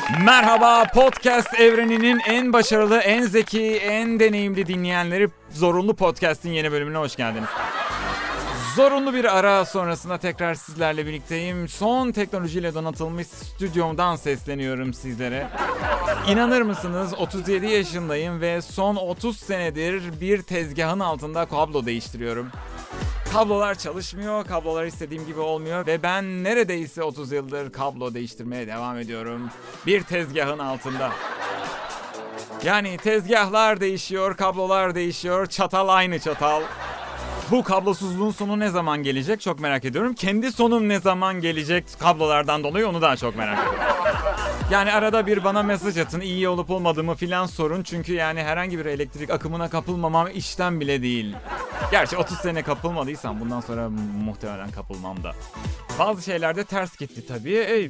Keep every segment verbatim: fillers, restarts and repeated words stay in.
Merhaba, podcast evreninin en başarılı, en zeki, en deneyimli dinleyenleri Zorunlu Podcast'in yeni bölümüne hoş geldiniz. Zorunlu bir ara sonrasında tekrar sizlerle birlikteyim. Son teknolojiyle donatılmış stüdyomdan sesleniyorum sizlere. İnanır mısınız, otuz yedi yaşındayım ve son otuz senedir bir tezgahın altında kablo değiştiriyorum. Kablolar çalışmıyor, kablolar istediğim gibi olmuyor ve ben neredeyse otuz yıldır kablo değiştirmeye devam ediyorum. Bir tezgahın altında. Yani tezgahlar değişiyor, kablolar değişiyor, çatal aynı çatal. Bu kablosuzluğun sonu ne zaman gelecek çok merak ediyorum. Kendi sonum ne zaman gelecek kablolardan dolayı onu daha çok merak ediyorum. Yani arada bir bana mesaj atın, iyi olup olmadığımı filan sorun. Çünkü yani herhangi bir elektrik akımına kapılmamam işten bile değil. Gerçi otuz sene kapılmadıysam bundan sonra muhtemelen kapılmam da. Bazı şeylerde ters gitti tabii.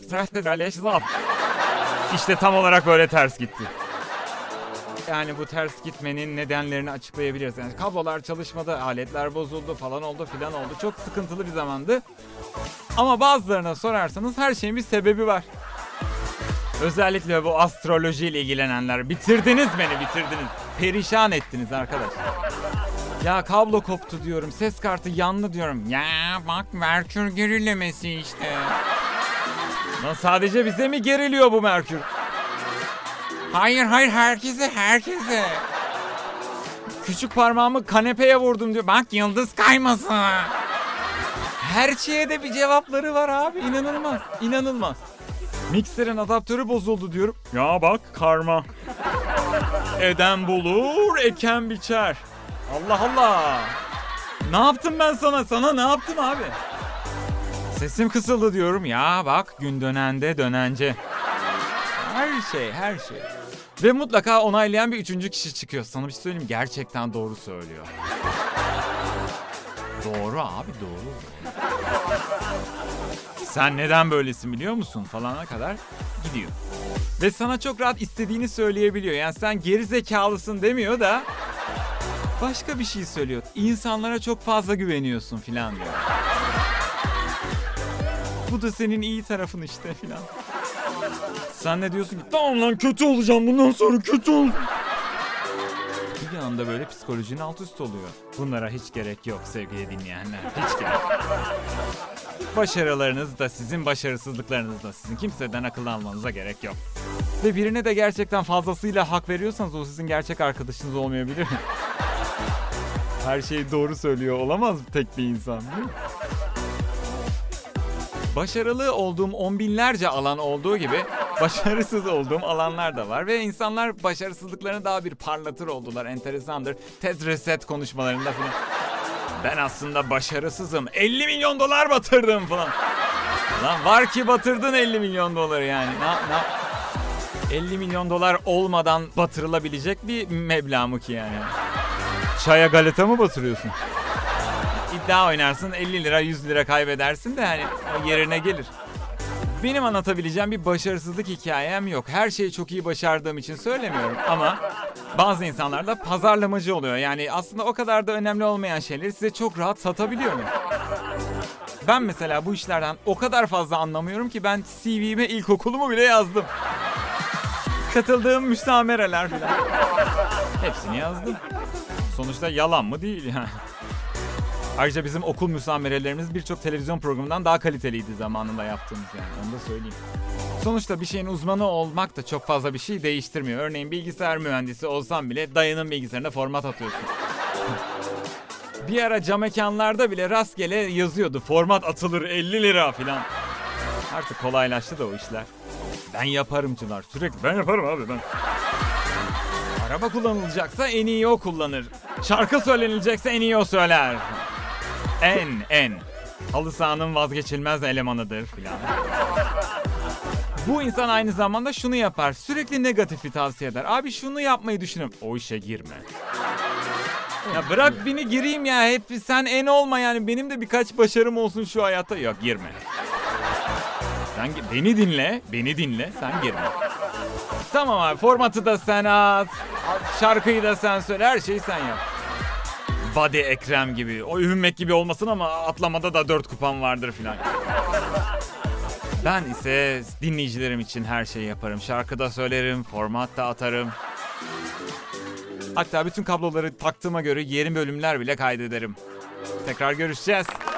İşte tam olarak böyle ters gitti. Yani bu ters gitmenin nedenlerini açıklayabiliriz. Yani kablolar çalışmadı, aletler bozuldu falan oldu filan oldu. Çok sıkıntılı bir zamandı. Ama bazılarına sorarsanız her şeyin bir sebebi var. Özellikle bu astrolojiyle ilgilenenler. Bitirdiniz beni, bitirdiniz. Perişan ettiniz arkadaş. Ya kablo koptu diyorum, ses kartı yandı diyorum. Ya bak Merkür gerilemesi işte. Lan sadece bize mi geriliyor bu Merkür? Hayır hayır herkese herkese. Küçük parmağımı kanepeye vurdum diyor. Bak yıldız kayması. Her şeye de bir cevapları var abi. İnanılmaz. İnanılmaz. Mikserin adaptörü bozuldu diyorum. Ya bak karma. Eden bulur, eken biçer. Allah Allah. Ne yaptım ben sana? Sana ne yaptım abi? Sesim kısıldı diyorum. Ya bak gün dönende dönence. Her şey, her şey. Ve mutlaka onaylayan bir üçüncü kişi çıkıyor. Sana bir şey söyleyeyim, gerçekten doğru söylüyor. Doğru abi, doğru. Sen neden böylesin biliyor musun falana kadar gidiyor. Ve sana çok rahat istediğini söyleyebiliyor. Yani sen geri zekalısın demiyor da başka bir şey söylüyor. İnsanlara çok fazla güveniyorsun filan diyor. Bu da senin iyi tarafın işte filan. Sen ne diyorsun ki? Tamam lan kötü olacağım bundan sonra kötü ol. Bir anda böyle psikolojinin alt üst oluyor. Bunlara hiç gerek yok sevgili dinleyenler. Hiç gerek yok. Başarılarınız da sizin, başarısızlıklarınız da sizin. Kimseden akıl almanıza gerek yok. Ve birine de gerçekten fazlasıyla hak veriyorsanız o sizin gerçek arkadaşınız olmayabilir. Her şeyi doğru söylüyor olamaz tek bir insan değil mi? Başarılı olduğum on binlerce alan olduğu gibi başarısız olduğum alanlar da var. Ve insanlar başarısızlıklarını daha bir parlatır oldular. Enteresandır. Ted Reset konuşmalarında falan. Ben aslında başarısızım. elli milyon dolar batırdım falan. Lan var ki batırdın elli milyon doları yani. Ne, ne? elli milyon dolar olmadan batırılabilecek bir meblağ mı ki yani? Çaya galeta mı batırıyorsun? İddia oynarsın, elli lira yüz lira kaybedersin de hani o yerine gelir. Benim anlatabileceğim bir başarısızlık hikayem yok. Her şeyi çok iyi başardığım için söylemiyorum ama bazı insanlar da pazarlamacı oluyor. Yani aslında o kadar da önemli olmayan şeyleri size çok rahat satabiliyor. Ben mesela bu işlerden o kadar fazla anlamıyorum ki ben C V'me ilkokulumu bile yazdım. Katıldığım müsamereler falan. Hepsini yazdım. Sonuçta yalan mı değil yani. Ayrıca bizim okul müsamerelerimiz birçok televizyon programından daha kaliteliydi zamanında yaptığımız yani. Onu da söyleyeyim. Sonuçta bir şeyin uzmanı olmak da çok fazla bir şey değiştirmiyor. Örneğin bilgisayar mühendisi olsam bile dayının bilgisayarına format atıyorsun. Bir ara cam mekanlarda bile rastgele yazıyordu. Format atılır elli lira falan. Artık kolaylaştı da o işler. Ben yaparımcılar sürekli ben yaparım abi ben. Araba kullanılacaksa en iyi o kullanır. Şarkı söylenilecekse en iyi o söyler. En en. Halı sahanın vazgeçilmez elemanıdır filan. Bu insan aynı zamanda şunu yapar. Sürekli negatifi tavsiye eder. Abi şunu yapmayı düşünüyorum. O işe girme. Ya bırak beni gireyim ya. Hep sen en olma yani. Benim de birkaç başarım olsun şu hayatta. Yok girme. Sen beni dinle. Beni dinle. Sen girme. Tamam abi formatı da sen at. Şarkıyı da sen söyle. Her şeyi sen yap. Body Ekrem gibi. O övünmek gibi olmasın ama atlamada da dört kupam vardır filan. Ben ise dinleyicilerim için her şeyi yaparım. Şarkı da söylerim, format da atarım. Hatta bütün kabloları taktığıma göre yeni bölümler bile kaydederim. Tekrar görüşeceğiz.